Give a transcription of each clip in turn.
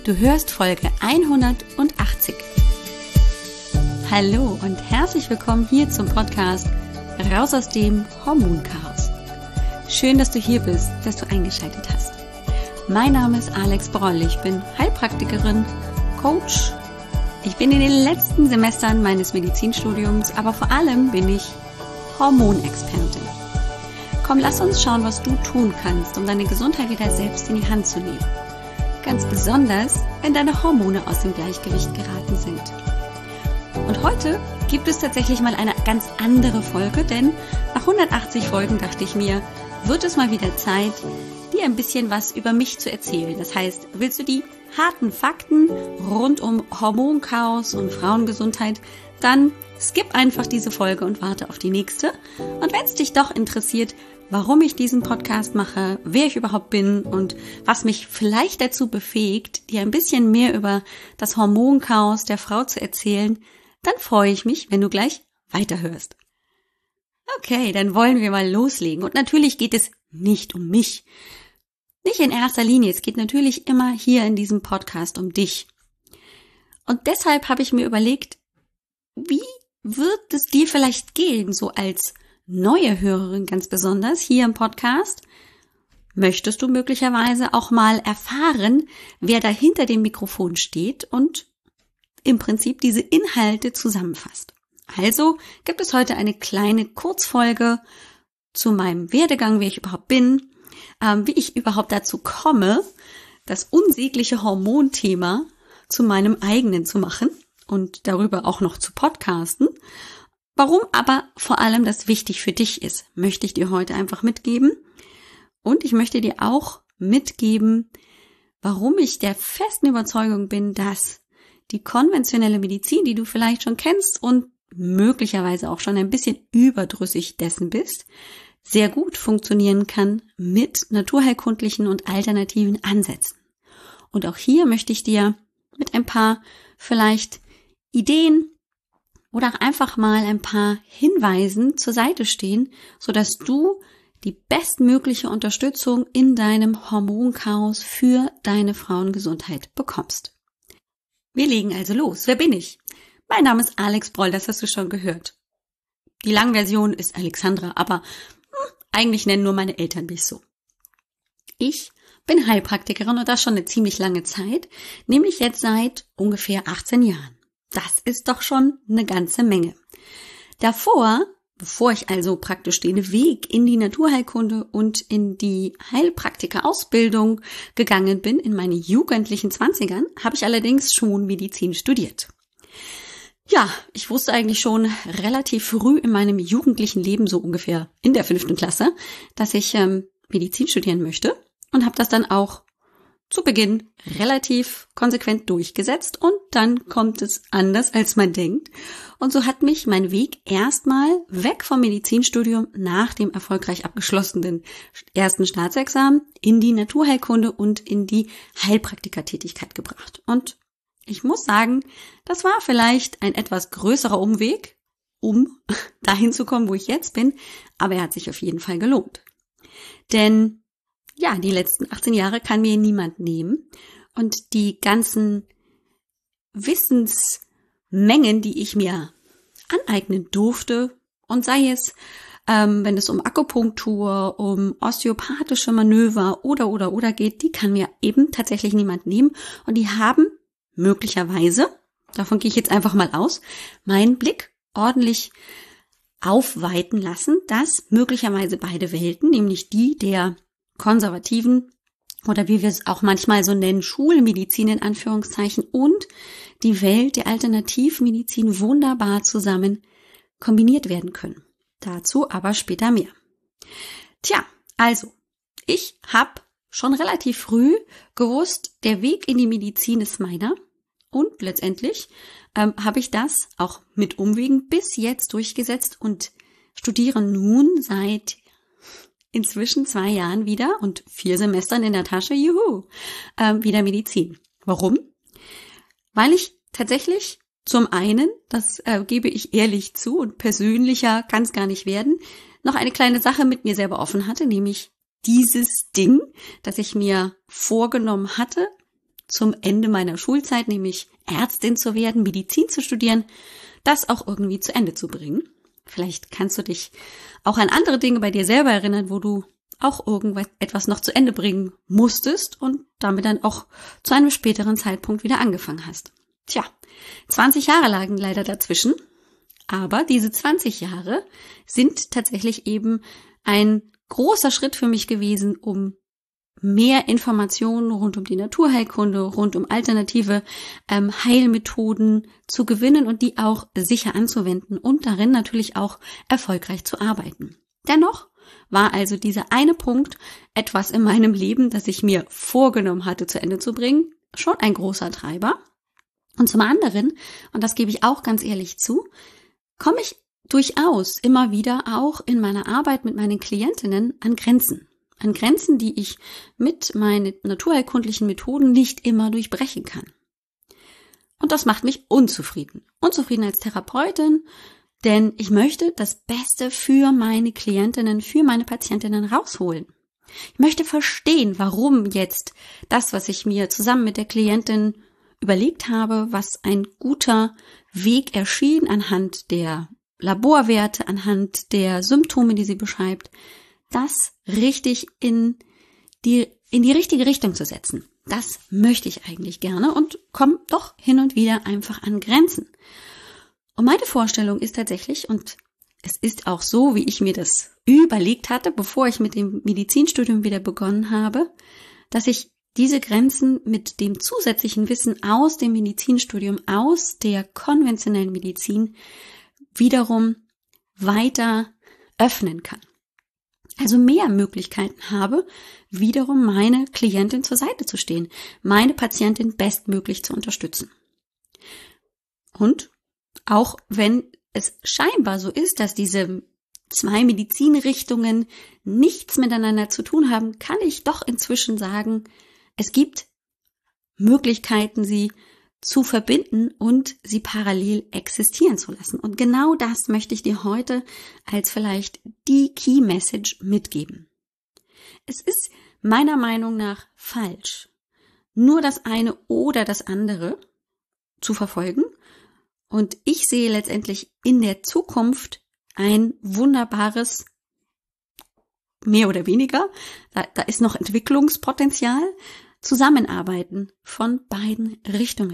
Du hörst Folge 180. Hallo und herzlich willkommen hier zum Podcast Raus aus dem Hormonchaos. Schön, dass du hier bist, dass du eingeschaltet hast. Mein Name ist Alex Broll, ich bin Heilpraktikerin, Coach. Ich bin in den letzten Semestern meines Medizinstudiums, aber vor allem bin ich Hormonexpertin. Komm, lass uns schauen, was du tun kannst, um deine Gesundheit wieder selbst in die Hand zu nehmen. Ganz besonders, wenn deine Hormone aus dem Gleichgewicht geraten sind. Und heute gibt es tatsächlich mal eine ganz andere Folge, denn nach 180 Folgen dachte ich mir, wird es mal wieder Zeit, dir ein bisschen was über mich zu erzählen. Das heißt, willst du die harten Fakten rund um Hormonchaos und Frauengesundheit, dann skip einfach diese Folge und warte auf die nächste. Und wenn es dich doch interessiert, warum ich diesen Podcast mache, wer ich überhaupt bin und was mich vielleicht dazu befähigt, dir ein bisschen mehr über das Hormonchaos der Frau zu erzählen, dann freue ich mich, wenn du gleich weiterhörst. Okay, dann wollen wir mal loslegen. Und natürlich geht es nicht um mich. Nicht in erster Linie. Es geht natürlich immer hier in diesem Podcast um dich. Und deshalb habe ich mir überlegt, wie wird es dir vielleicht gehen, so als neue Hörerin ganz besonders hier im Podcast? Möchtest du möglicherweise auch mal erfahren, wer da hinter dem Mikrofon steht und im Prinzip diese Inhalte zusammenfasst? Also gibt es heute eine kleine Kurzfolge zu meinem Werdegang, wer ich überhaupt bin, wie ich überhaupt dazu komme, das unsägliche Hormonthema zu meinem eigenen zu machen und darüber auch noch zu podcasten. Warum aber vor allem das wichtig für dich ist, möchte ich dir heute einfach mitgeben. Und ich möchte dir auch mitgeben, warum ich der festen Überzeugung bin, dass die konventionelle Medizin, die du vielleicht schon kennst und möglicherweise auch schon ein bisschen überdrüssig dessen bist, sehr gut funktionieren kann mit naturheilkundlichen und alternativen Ansätzen. Und auch hier möchte ich dir mit ein paar vielleicht Ideen oder auch einfach mal ein paar Hinweisen zur Seite stehen, sodass du die bestmögliche Unterstützung in deinem Hormonchaos für deine Frauengesundheit bekommst. Wir legen also los. Wer bin ich? Mein Name ist Alex Broll, das hast du schon gehört. Die Langversion ist Alexandra, aber eigentlich nennen nur meine Eltern mich so. Ich bin Heilpraktikerin und das schon eine ziemlich lange Zeit, nämlich jetzt seit ungefähr 18 Jahren. Das ist doch schon eine ganze Menge. Davor, bevor ich also praktisch den Weg in die Naturheilkunde und in die Heilpraktiker-Ausbildung gegangen bin, in meine jugendlichen 20ern, habe ich allerdings schon Medizin studiert. Ja, ich wusste eigentlich schon relativ früh in meinem jugendlichen Leben, so ungefähr in der 5. Klasse, dass ich Medizin studieren möchte und habe das dann auch zu Beginn relativ konsequent durchgesetzt und dann kommt es anders, als man denkt. Und so hat mich mein Weg erstmal weg vom Medizinstudium nach dem erfolgreich abgeschlossenen ersten Staatsexamen in die Naturheilkunde und in die Heilpraktikertätigkeit gebracht. Und ich muss sagen, das war vielleicht ein etwas größerer Umweg, um dahin zu kommen, wo ich jetzt bin, aber er hat sich auf jeden Fall gelohnt. Denn ja, die letzten 18 Jahre kann mir niemand nehmen und die ganzen Wissensmengen, die ich mir aneignen durfte, und sei es, wenn es um Akupunktur, um osteopathische Manöver oder geht, die kann mir eben tatsächlich niemand nehmen und die haben möglicherweise, davon gehe ich jetzt einfach mal aus, meinen Blick ordentlich aufweiten lassen, dass möglicherweise beide Welten, nämlich die der konservativen oder wie wir es auch manchmal so nennen, Schulmedizin in Anführungszeichen und die Welt der Alternativmedizin wunderbar zusammen kombiniert werden können. Dazu aber später mehr. Tja, also, ich habe schon relativ früh gewusst, der Weg in die Medizin ist meiner und letztendlich habe ich das auch mit Umwegen bis jetzt durchgesetzt und studiere nun seit inzwischen 2 Jahren wieder und 4 Semestern in der Tasche, wieder Medizin. Warum? Weil ich tatsächlich zum einen, das gebe ich ehrlich zu und persönlicher kann es gar nicht werden, noch eine kleine Sache mit mir selber offen hatte, nämlich dieses Ding, das ich mir vorgenommen hatte, zum Ende meiner Schulzeit, nämlich Ärztin zu werden, Medizin zu studieren, das auch irgendwie zu Ende zu bringen. Vielleicht kannst du dich auch an andere Dinge bei dir selber erinnern, wo du auch etwas noch zu Ende bringen musstest und damit dann auch zu einem späteren Zeitpunkt wieder angefangen hast. 20 Jahre lagen leider dazwischen, aber diese 20 Jahre sind tatsächlich eben ein großer Schritt für mich gewesen, um mehr Informationen rund um die Naturheilkunde, rund um alternative Heilmethoden zu gewinnen und die auch sicher anzuwenden und darin natürlich auch erfolgreich zu arbeiten. Dennoch war also dieser eine Punkt etwas in meinem Leben, das ich mir vorgenommen hatte, zu Ende zu bringen, schon ein großer Treiber. Und zum anderen, und das gebe ich auch ganz ehrlich zu, komme ich durchaus immer wieder auch in meiner Arbeit mit meinen Klientinnen an Grenzen. An Grenzen, die ich mit meinen naturheilkundlichen Methoden nicht immer durchbrechen kann. Und das macht mich unzufrieden. Unzufrieden als Therapeutin, denn ich möchte das Beste für meine Klientinnen, für meine Patientinnen rausholen. Ich möchte verstehen, warum jetzt das, was ich mir zusammen mit der Klientin überlegt habe, was ein guter Weg erschien anhand der Laborwerte, anhand der Symptome, die sie beschreibt, das richtig in die richtige Richtung zu setzen. Das möchte ich eigentlich gerne und komme doch hin und wieder einfach an Grenzen. Und meine Vorstellung ist tatsächlich, und es ist auch so, wie ich mir das überlegt hatte, bevor ich mit dem Medizinstudium wieder begonnen habe, dass ich diese Grenzen mit dem zusätzlichen Wissen aus dem Medizinstudium, aus der konventionellen Medizin wiederum weiter öffnen kann. Also mehr Möglichkeiten habe, wiederum meine Klientin zur Seite zu stehen, meine Patientin bestmöglich zu unterstützen. Und auch wenn es scheinbar so ist, dass diese zwei Medizinrichtungen nichts miteinander zu tun haben, kann ich doch inzwischen sagen, es gibt Möglichkeiten, sie zu verbinden und sie parallel existieren zu lassen. Und genau das möchte ich dir heute als vielleicht die Key Message mitgeben. Es ist meiner Meinung nach falsch, nur das eine oder das andere zu verfolgen. Und ich sehe letztendlich in der Zukunft ein wunderbares, mehr oder weniger, da ist noch Entwicklungspotenzial, Zusammenarbeiten von beiden Richtungen.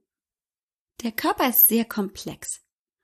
Der Körper ist sehr komplex.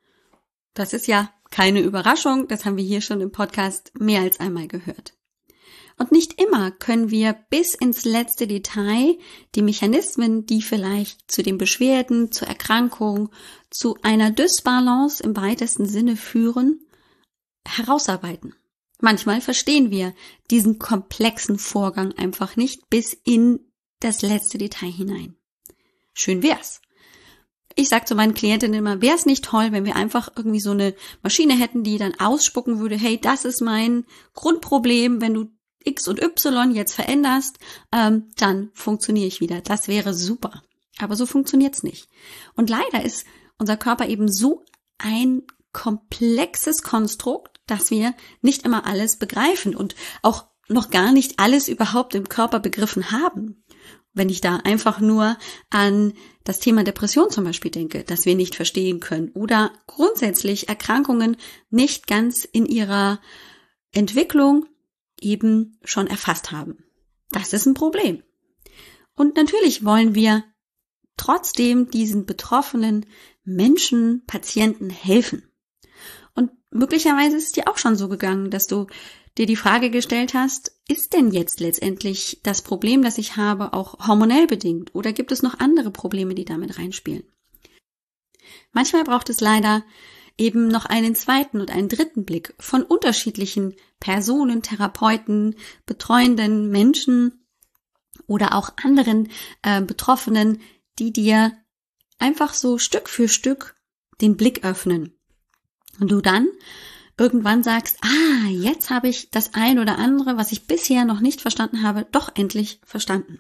Das ist ja keine Überraschung, das haben wir hier schon im Podcast mehr als einmal gehört. Und nicht immer können wir bis ins letzte Detail die Mechanismen, die vielleicht zu den Beschwerden, zur Erkrankung, zu einer Dysbalance im weitesten Sinne führen, herausarbeiten. Manchmal verstehen wir diesen komplexen Vorgang einfach nicht bis in das letzte Detail hinein. Schön wär's. Ich sage zu meinen Klientinnen immer, wäre es nicht toll, wenn wir einfach irgendwie so eine Maschine hätten, die dann ausspucken würde, hey, das ist mein Grundproblem, wenn du X und Y jetzt veränderst, dann funktioniere ich wieder. Das wäre super. Aber so funktioniert's nicht. Und leider ist unser Körper eben so ein komplexes Konstrukt, dass wir nicht immer alles begreifen und auch noch gar nicht alles überhaupt im Körper begriffen haben. Wenn ich da einfach nur an das Thema Depression zum Beispiel denke, dass wir nicht verstehen können oder grundsätzlich Erkrankungen nicht ganz in ihrer Entwicklung eben schon erfasst haben. Das ist ein Problem. Und natürlich wollen wir trotzdem diesen betroffenen Menschen, Patienten helfen. Und möglicherweise ist es dir auch schon so gegangen, dass du dir die Frage gestellt hast, ist denn jetzt letztendlich das Problem, das ich habe, auch hormonell bedingt oder gibt es noch andere Probleme, die damit reinspielen? Manchmal braucht es leider eben noch einen zweiten und einen dritten Blick von unterschiedlichen Personen, Therapeuten, betreuenden Menschen oder auch anderen Betroffenen, die dir einfach so Stück für Stück den Blick öffnen. Und du dann irgendwann sagst, jetzt habe ich das ein oder andere, was ich bisher noch nicht verstanden habe, doch endlich verstanden.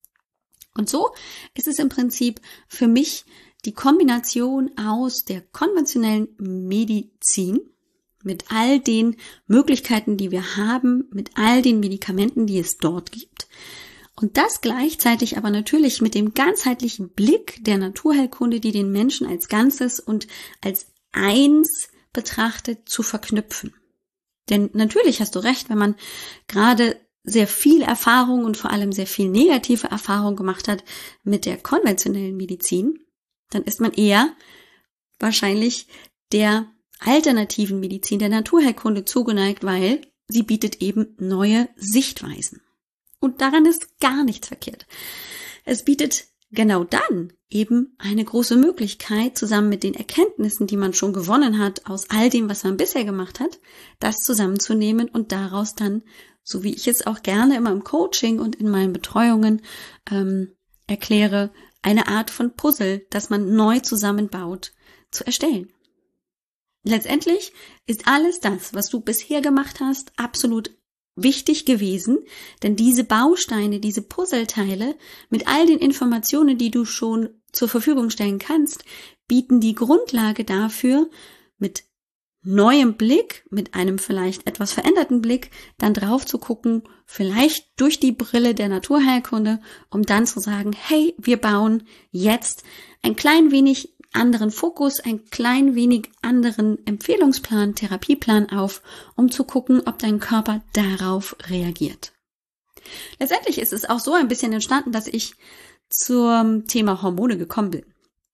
Und so ist es im Prinzip für mich die Kombination aus der konventionellen Medizin mit all den Möglichkeiten, die wir haben, mit all den Medikamenten, die es dort gibt, Und das gleichzeitig aber natürlich mit dem ganzheitlichen Blick der Naturheilkunde, die den Menschen als Ganzes und als eins betrachtet, zu verknüpfen. Denn natürlich hast du recht, wenn man gerade sehr viel Erfahrung und vor allem sehr viel negative Erfahrung gemacht hat mit der konventionellen Medizin, dann ist man eher wahrscheinlich der alternativen Medizin, der Naturheilkunde zugeneigt, weil sie bietet eben neue Sichtweisen. Und daran ist gar nichts verkehrt. Es bietet genau dann eben eine große Möglichkeit, zusammen mit den Erkenntnissen, die man schon gewonnen hat, aus all dem, was man bisher gemacht hat, das zusammenzunehmen und daraus dann, so wie ich es auch gerne immer im Coaching und in meinen Betreuungen erkläre, eine Art von Puzzle, das man neu zusammenbaut, zu erstellen. Letztendlich ist alles das, was du bisher gemacht hast, absolut wichtig gewesen, denn diese Bausteine, diese Puzzleteile mit all den Informationen, die du schon zur Verfügung stellen kannst, bieten die Grundlage dafür, mit neuem Blick, mit einem vielleicht etwas veränderten Blick, dann drauf zu gucken, vielleicht durch die Brille der Naturheilkunde, um dann zu sagen, hey, wir bauen jetzt ein klein wenig anderen Fokus, ein klein wenig anderen Empfehlungsplan, Therapieplan auf, um zu gucken, ob dein Körper darauf reagiert. Letztendlich ist es auch so ein bisschen entstanden, dass ich zum Thema Hormone gekommen bin.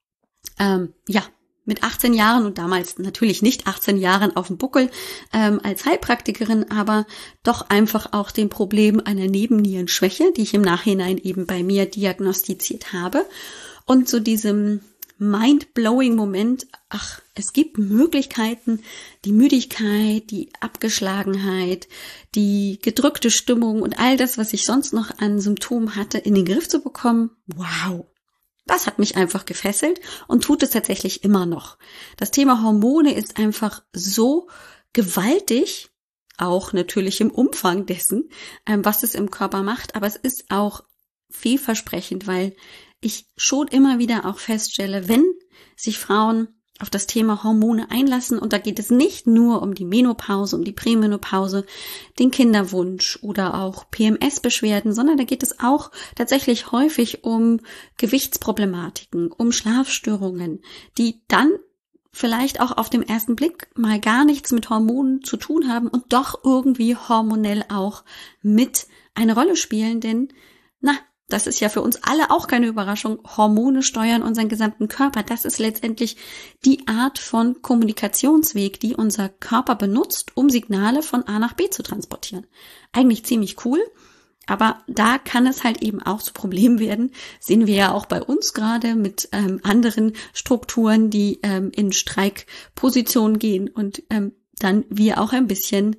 Mit 18 Jahren und damals natürlich nicht 18 Jahren auf dem Buckel als Heilpraktikerin, aber doch einfach auch dem Problem einer Nebennierenschwäche, die ich im Nachhinein eben bei mir diagnostiziert habe, und zu diesem mind-blowing Moment, es gibt Möglichkeiten, die Müdigkeit, die Abgeschlagenheit, die gedrückte Stimmung und all das, was ich sonst noch an Symptomen hatte, in den Griff zu bekommen. Wow! Das hat mich einfach gefesselt und tut es tatsächlich immer noch. Das Thema Hormone ist einfach so gewaltig, auch natürlich im Umfang dessen, was es im Körper macht, aber es ist auch vielversprechend, weil ich schon immer wieder auch feststelle, wenn sich Frauen auf das Thema Hormone einlassen, und da geht es nicht nur um die Menopause, um die Prämenopause, den Kinderwunsch oder auch PMS-Beschwerden, sondern da geht es auch tatsächlich häufig um Gewichtsproblematiken, um Schlafstörungen, die dann vielleicht auch auf dem ersten Blick mal gar nichts mit Hormonen zu tun haben und doch irgendwie hormonell auch mit eine Rolle spielen, denn das ist ja für uns alle auch keine Überraschung. Hormone steuern unseren gesamten Körper. Das ist letztendlich die Art von Kommunikationsweg, die unser Körper benutzt, um Signale von A nach B zu transportieren. Eigentlich ziemlich cool, aber da kann es halt eben auch zu Problemen werden. Sehen wir ja auch bei uns gerade mit anderen Strukturen, die in Streikposition gehen und dann wir auch ein bisschen,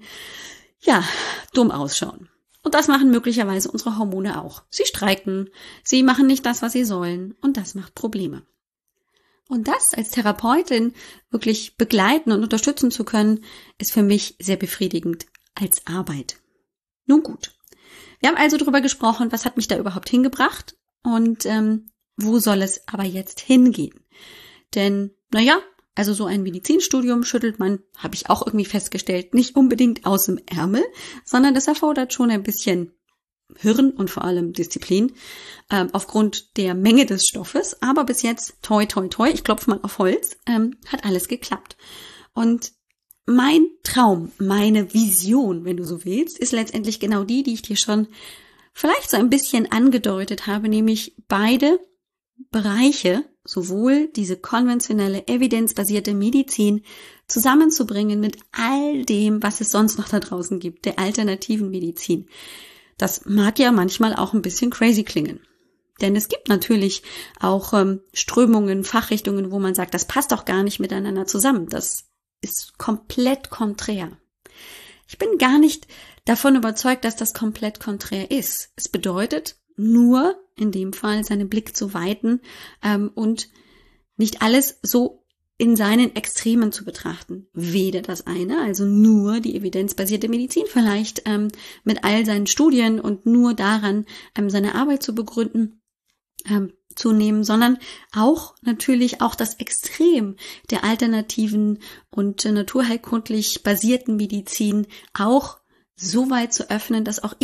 dumm ausschauen. Und das machen möglicherweise unsere Hormone auch. Sie streiken, sie machen nicht das, was sie sollen, und das macht Probleme. Und das als Therapeutin wirklich begleiten und unterstützen zu können, ist für mich sehr befriedigend als Arbeit. Nun gut, wir haben also darüber gesprochen, was hat mich da überhaupt hingebracht und wo soll es aber jetzt hingehen? Denn, also so ein Medizinstudium schüttelt man, habe ich auch irgendwie festgestellt, nicht unbedingt aus dem Ärmel, sondern das erfordert schon ein bisschen Hirn und vor allem Disziplin aufgrund der Menge des Stoffes. Aber bis jetzt, toi, toi, toi, ich klopfe mal auf Holz, hat alles geklappt. Und mein Traum, meine Vision, wenn du so willst, ist letztendlich genau die ich dir schon vielleicht so ein bisschen angedeutet habe, nämlich beide Bereiche, sowohl diese konventionelle, evidenzbasierte Medizin zusammenzubringen mit all dem, was es sonst noch da draußen gibt, der alternativen Medizin. Das mag ja manchmal auch ein bisschen crazy klingen. Denn es gibt natürlich auch Strömungen, Fachrichtungen, wo man sagt, das passt doch gar nicht miteinander zusammen. Das ist komplett konträr. Ich bin gar nicht davon überzeugt, dass das komplett konträr ist. Es bedeutet nur in dem Fall seinen Blick zu weiten und nicht alles so in seinen Extremen zu betrachten. Weder das eine, also nur die evidenzbasierte Medizin vielleicht mit all seinen Studien und nur daran seine Arbeit zu begründen, zu nehmen, sondern auch natürlich auch das Extrem der alternativen und naturheilkundlich basierten Medizin auch so weit zu öffnen, dass auch ich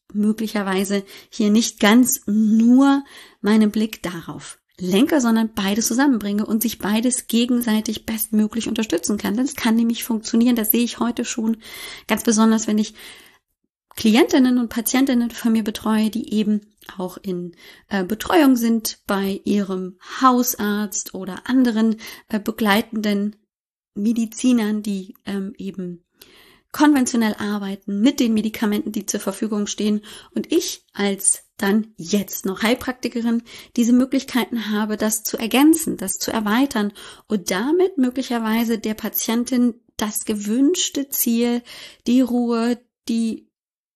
möglicherweise hier nicht ganz nur meinen Blick darauf lenke, sondern beides zusammenbringe und sich beides gegenseitig bestmöglich unterstützen kann. Das kann nämlich funktionieren, das sehe ich heute schon ganz besonders, wenn ich Klientinnen und Patientinnen von mir betreue, die eben auch in Betreuung sind bei ihrem Hausarzt oder anderen begleitenden Medizinern, die eben konventionell arbeiten mit den Medikamenten, die zur Verfügung stehen, und ich als dann jetzt noch Heilpraktikerin diese Möglichkeiten habe, das zu ergänzen, das zu erweitern und damit möglicherweise der Patientin das gewünschte Ziel, die Ruhe, die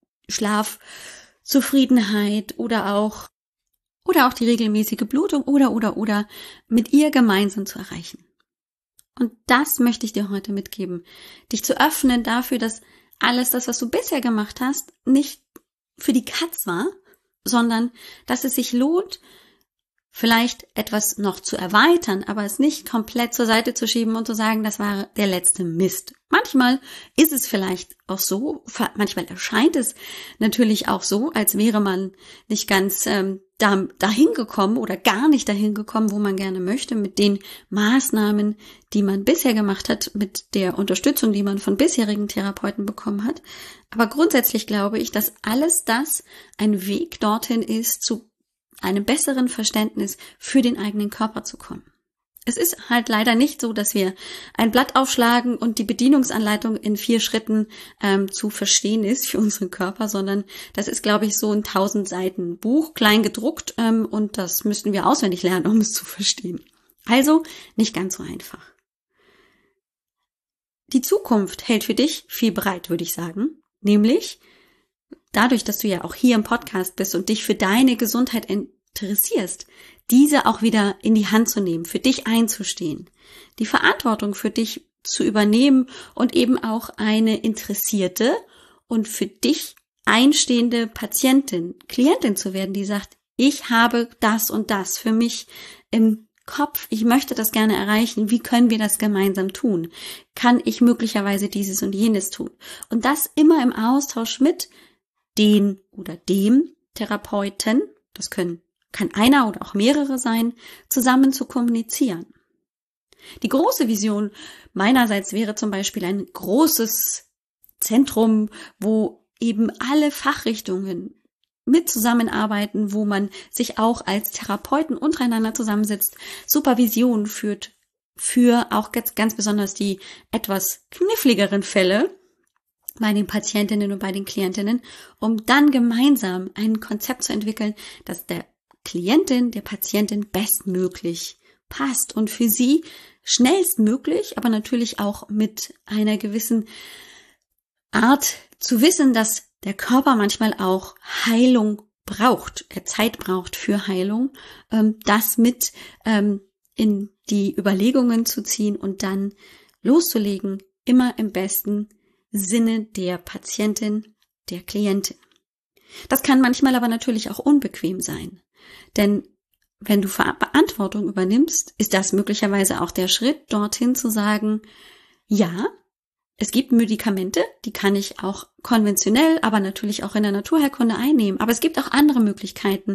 Schlafzufriedenheit oder auch die regelmäßige Blutung oder mit ihr gemeinsam zu erreichen. Und das möchte ich dir heute mitgeben, dich zu öffnen dafür, dass alles das, was du bisher gemacht hast, nicht für die Katz war, sondern dass es sich lohnt, vielleicht etwas noch zu erweitern, aber es nicht komplett zur Seite zu schieben und zu sagen, das war der letzte Mist. Manchmal ist es vielleicht auch so, manchmal erscheint es natürlich auch so, als wäre man nicht ganz dahin gekommen oder gar nicht dahin gekommen, wo man gerne möchte, mit den Maßnahmen, die man bisher gemacht hat, mit der Unterstützung, die man von bisherigen Therapeuten bekommen hat. Aber grundsätzlich glaube ich, dass alles das ein Weg dorthin ist, zu einem besseren Verständnis für den eigenen Körper zu kommen. Es ist halt leider nicht so, dass wir ein Blatt aufschlagen und die Bedienungsanleitung in 4 Schritten zu verstehen ist für unseren Körper, sondern das ist, glaube ich, so ein 1000 Seiten Buch, klein gedruckt, und das müssten wir auswendig lernen, um es zu verstehen. Also nicht ganz so einfach. Die Zukunft hält für dich viel bereit, würde ich sagen, nämlich dadurch, dass du ja auch hier im Podcast bist und dich für deine Gesundheit interessierst, diese auch wieder in die Hand zu nehmen, für dich einzustehen, die Verantwortung für dich zu übernehmen und eben auch eine interessierte und für dich einstehende Patientin, Klientin zu werden, die sagt, ich habe das und das für mich im Kopf, ich möchte das gerne erreichen, wie können wir das gemeinsam tun? Kann ich möglicherweise dieses und jenes tun? Und das immer im Austausch mit den oder dem Therapeuten, das kann einer oder auch mehrere sein, zusammen zu kommunizieren. Die große Vision meinerseits wäre zum Beispiel ein großes Zentrum, wo eben alle Fachrichtungen mit zusammenarbeiten, wo man sich auch als Therapeuten untereinander zusammensetzt, Supervision führt für auch ganz besonders die etwas kniffligeren Fälle bei den Patientinnen und bei den Klientinnen, um dann gemeinsam ein Konzept zu entwickeln, das der Klientin, der Patientin bestmöglich passt und für sie schnellstmöglich, aber natürlich auch mit einer gewissen Art zu wissen, dass der Körper manchmal auch Heilung braucht, Zeit braucht für Heilung, das mit in die Überlegungen zu ziehen und dann loszulegen, immer im besten Sinne der Patientin, der Klientin. Das kann manchmal aber natürlich auch unbequem sein, denn wenn du Verantwortung übernimmst, ist das möglicherweise auch der Schritt, dorthin zu sagen, ja, es gibt Medikamente, die kann ich auch konventionell, aber natürlich auch in der Naturheilkunde einnehmen. Aber es gibt auch andere Möglichkeiten,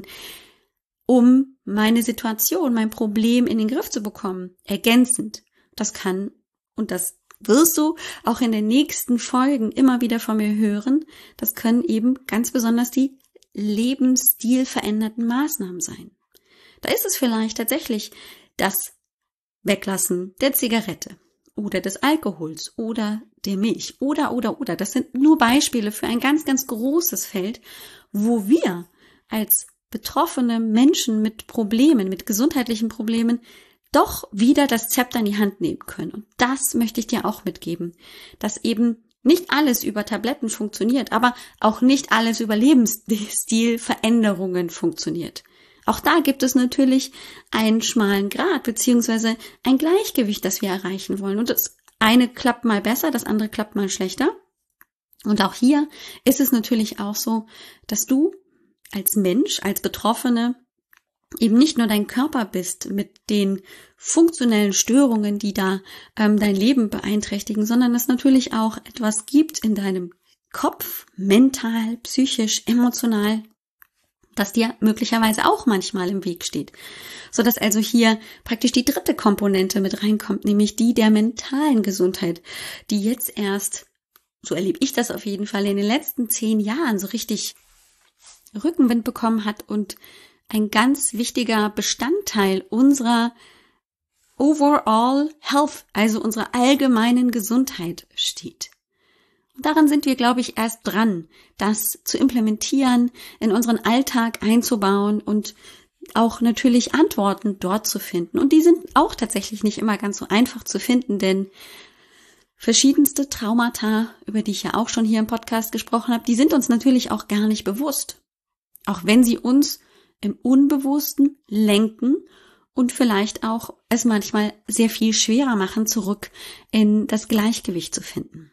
um meine Situation, mein Problem in den Griff zu bekommen. Ergänzend. Das kann, und das wirst du auch in den nächsten Folgen immer wieder von mir hören, das können eben ganz besonders die lebensstilverändernden Maßnahmen sein. Da ist es vielleicht tatsächlich das Weglassen der Zigarette oder des Alkohols oder der Milch oder. Das sind nur Beispiele für ein ganz, ganz großes Feld, wo wir als betroffene Menschen mit Problemen, mit gesundheitlichen Problemen, doch wieder das Zepter in die Hand nehmen können. Und das möchte ich dir auch mitgeben, dass eben nicht alles über Tabletten funktioniert, aber auch nicht alles über Lebensstilveränderungen funktioniert. Auch da gibt es natürlich einen schmalen Grat beziehungsweise ein Gleichgewicht, das wir erreichen wollen. Und das eine klappt mal besser, das andere klappt mal schlechter. Und auch hier ist es natürlich auch so, dass du als Mensch, als Betroffene eben nicht nur dein Körper bist mit den funktionellen Störungen, die da dein Leben beeinträchtigen, sondern es natürlich auch etwas gibt in deinem Kopf, mental, psychisch, emotional, das dir möglicherweise auch manchmal im Weg steht. Sodass also hier praktisch die dritte Komponente mit reinkommt, nämlich die der mentalen Gesundheit, die jetzt erst, so erlebe ich das auf jeden Fall, in den letzten 10 Jahren so richtig Rückenwind bekommen hat und ein ganz wichtiger Bestandteil unserer Overall Health, also unserer allgemeinen Gesundheit steht. Und daran sind wir, glaube ich, erst dran, das zu implementieren, in unseren Alltag einzubauen und auch natürlich Antworten dort zu finden. Und die sind auch tatsächlich nicht immer ganz so einfach zu finden, denn verschiedenste Traumata, über die ich ja auch schon hier im Podcast gesprochen habe, die sind uns natürlich auch gar nicht bewusst. Auch wenn sie uns im Unbewussten lenken und vielleicht auch es manchmal sehr viel schwerer machen, zurück in das Gleichgewicht zu finden.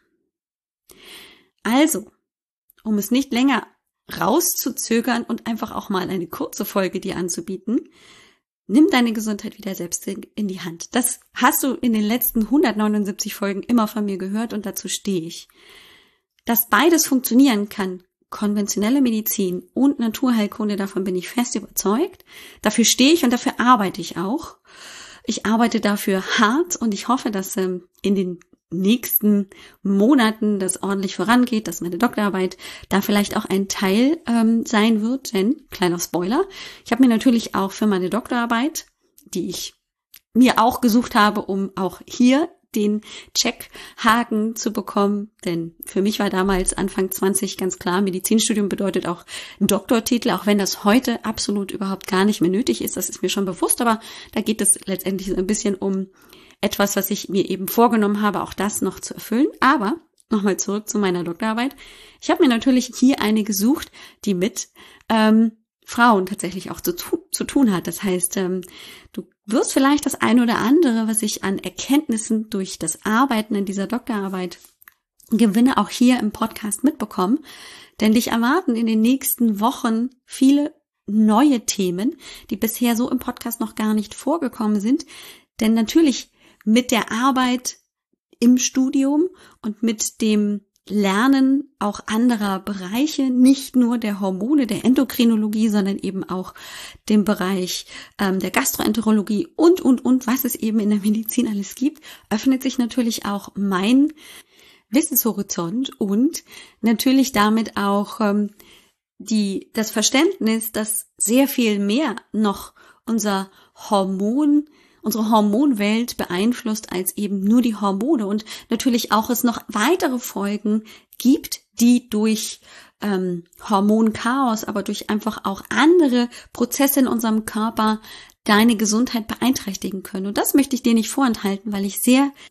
Also, um es nicht länger rauszuzögern und einfach auch mal eine kurze Folge dir anzubieten, nimm deine Gesundheit wieder selbst in die Hand. Das hast du in den letzten 179 Folgen immer von mir gehört und dazu stehe ich. Dass beides funktionieren kann, konventionelle Medizin und Naturheilkunde, davon bin ich fest überzeugt. Dafür stehe ich und dafür arbeite ich auch. Ich arbeite dafür hart und ich hoffe, dass in den nächsten Monaten das ordentlich vorangeht, dass meine Doktorarbeit da vielleicht auch ein Teil sein wird. Denn, kleiner Spoiler, ich habe mir natürlich auch für meine Doktorarbeit, die ich mir auch gesucht habe, um auch hier den Checkhaken zu bekommen, denn für mich war damals Anfang 20 ganz klar, Medizinstudium bedeutet auch ein Doktortitel, auch wenn das heute absolut überhaupt gar nicht mehr nötig ist, das ist mir schon bewusst, aber da geht es letztendlich so ein bisschen um etwas, was ich mir eben vorgenommen habe, auch das noch zu erfüllen. Aber nochmal zurück zu meiner Doktorarbeit. Ich habe mir natürlich hier eine gesucht, die mit Frauen tatsächlich auch zu tun hat. Das heißt, du wirst vielleicht das eine oder andere, was ich an Erkenntnissen durch das Arbeiten in dieser Doktorarbeit gewinne, auch hier im Podcast mitbekommen. Denn dich erwarten in den nächsten Wochen viele neue Themen, die bisher so im Podcast noch gar nicht vorgekommen sind. Denn natürlich mit der Arbeit im Studium und mit dem Lernen auch anderer Bereiche, nicht nur der Hormone, der Endokrinologie, sondern eben auch dem Bereich der Gastroenterologie und, was es eben in der Medizin alles gibt, öffnet sich natürlich auch mein Wissenshorizont und natürlich damit auch das Verständnis, dass sehr viel mehr noch unsere Hormonwelt beeinflusst als eben nur die Hormone und natürlich auch es noch weitere Folgen gibt, die durch Hormonchaos, aber durch einfach auch andere Prozesse in unserem Körper deine Gesundheit beeinträchtigen können. Und das möchte ich dir nicht vorenthalten, weil ich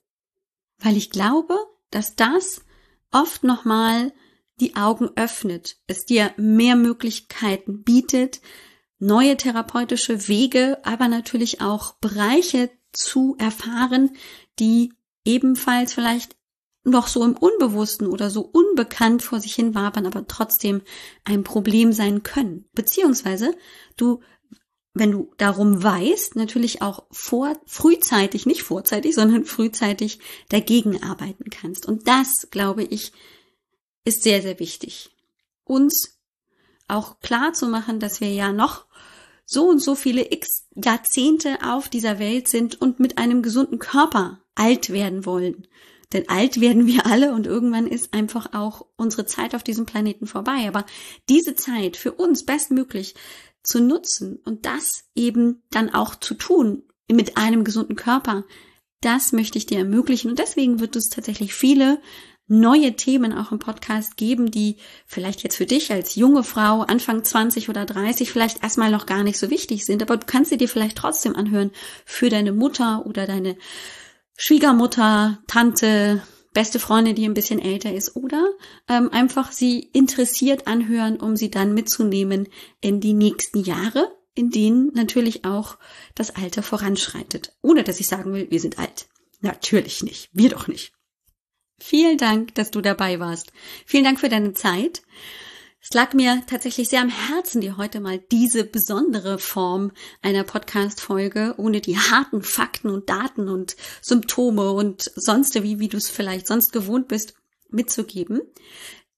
glaube, dass das oft nochmal die Augen öffnet, es dir mehr Möglichkeiten bietet, neue therapeutische Wege, aber natürlich auch Bereiche zu erfahren, die ebenfalls vielleicht noch so im Unbewussten oder so unbekannt vor sich hin wabern, aber trotzdem ein Problem sein können. Beziehungsweise du, wenn du darum weißt, natürlich auch frühzeitig, nicht vorzeitig, sondern frühzeitig dagegen arbeiten kannst. Und das, glaube ich, ist sehr, sehr wichtig. Uns auch klar zu machen, dass wir ja noch so und so viele x Jahrzehnte auf dieser Welt sind und mit einem gesunden Körper alt werden wollen. Denn alt werden wir alle und irgendwann ist einfach auch unsere Zeit auf diesem Planeten vorbei. Aber diese Zeit für uns bestmöglich zu nutzen und das eben dann auch zu tun mit einem gesunden Körper, das möchte ich dir ermöglichen. Und deswegen wird es tatsächlich viele neue Themen auch im Podcast geben, die vielleicht jetzt für dich als junge Frau, Anfang 20 oder 30, vielleicht erstmal noch gar nicht so wichtig sind, aber du kannst sie dir vielleicht trotzdem anhören für deine Mutter oder deine Schwiegermutter, Tante, beste Freundin, die ein bisschen älter ist oder einfach sie interessiert anhören, um sie dann mitzunehmen in die nächsten Jahre, in denen natürlich auch das Alter voranschreitet. Ohne dass ich sagen will, wir sind alt. Natürlich nicht, wir doch nicht. Vielen Dank, dass du dabei warst. Vielen Dank für deine Zeit. Es lag mir tatsächlich sehr am Herzen, dir heute mal diese besondere Form einer Podcast-Folge ohne die harten Fakten und Daten und Symptome und sonst wie du es vielleicht sonst gewohnt bist, mitzugeben.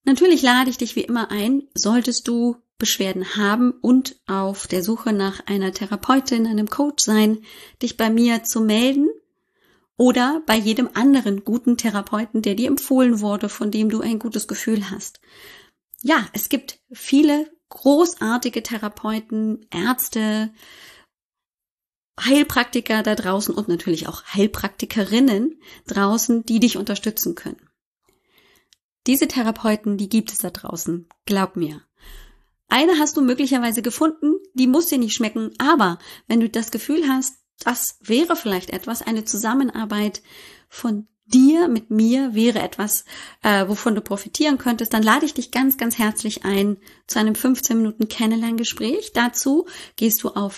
Natürlich lade ich dich wie immer ein, solltest du Beschwerden haben und auf der Suche nach einer Therapeutin, einem Coach sein, dich bei mir zu melden oder bei jedem anderen guten Therapeuten, der dir empfohlen wurde, von dem du ein gutes Gefühl hast. Ja, es gibt viele großartige Therapeuten, Ärzte, Heilpraktiker da draußen und natürlich auch Heilpraktikerinnen draußen, die dich unterstützen können. Diese Therapeuten, die gibt es da draußen, glaub mir. Eine hast du möglicherweise gefunden, die muss dir nicht schmecken, aber wenn du das Gefühl hast, das wäre vielleicht etwas, eine Zusammenarbeit von dir mit mir wäre etwas, wovon du profitieren könntest, dann lade ich dich ganz, ganz herzlich ein zu einem 15 Minuten Kennenlerngespräch. Dazu gehst du auf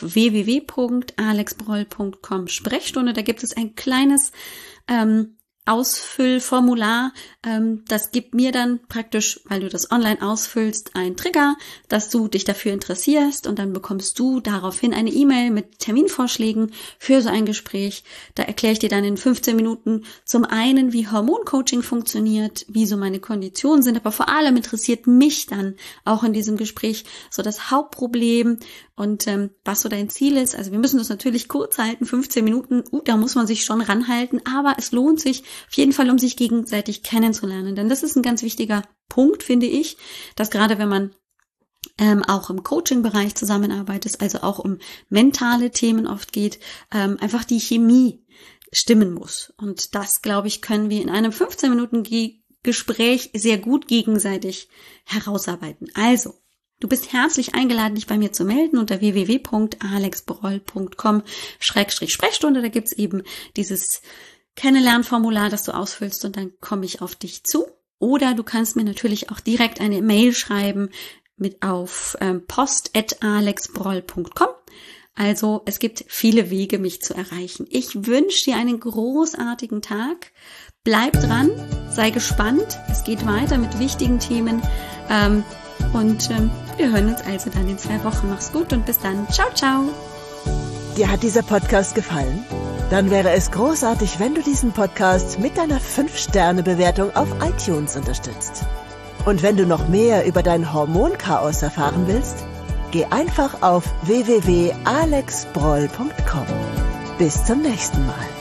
www.alexbroll.com/Sprechstunde. Da gibt es ein kleines Ausfüllformular, das gibt mir dann praktisch, weil du das online ausfüllst, einen Trigger, dass du dich dafür interessierst und dann bekommst du daraufhin eine E-Mail mit Terminvorschlägen für so ein Gespräch. Da erkläre ich dir dann in 15 Minuten zum einen, wie Hormoncoaching funktioniert, wie so meine Konditionen sind, aber vor allem interessiert mich dann auch in diesem Gespräch so das Hauptproblem und was so dein Ziel ist. Also wir müssen das natürlich kurz halten, 15 Minuten, da muss man sich schon ranhalten, aber es lohnt sich auf jeden Fall, um sich gegenseitig kennenzulernen. Denn das ist ein ganz wichtiger Punkt, finde ich, dass gerade wenn man auch im Coaching-Bereich zusammenarbeitet, also auch um mentale Themen oft geht, einfach die Chemie stimmen muss. Und das, glaube ich, können wir in einem 15 Minuten Gespräch sehr gut gegenseitig herausarbeiten. Also, du bist herzlich eingeladen, dich bei mir zu melden unter www.alexbroll.com/Sprechstunde. Da gibt's eben dieses Kennenlernformular, das du ausfüllst und dann komme ich auf dich zu. Oder du kannst mir natürlich auch direkt eine Mail schreiben mit auf post@alexbroll.com. Also es gibt viele Wege, mich zu erreichen. Ich wünsche dir einen großartigen Tag. Bleib dran, sei gespannt. Es geht weiter mit wichtigen Themen. Wir hören uns also dann in 2 Wochen. Mach's gut und bis dann. Ciao, ciao. Dir hat dieser Podcast gefallen? Dann wäre es großartig, wenn du diesen Podcast mit deiner 5-Sterne-Bewertung auf iTunes unterstützt. Und wenn du noch mehr über dein Hormonchaos erfahren willst, geh einfach auf www.alexbroll.com. Bis zum nächsten Mal.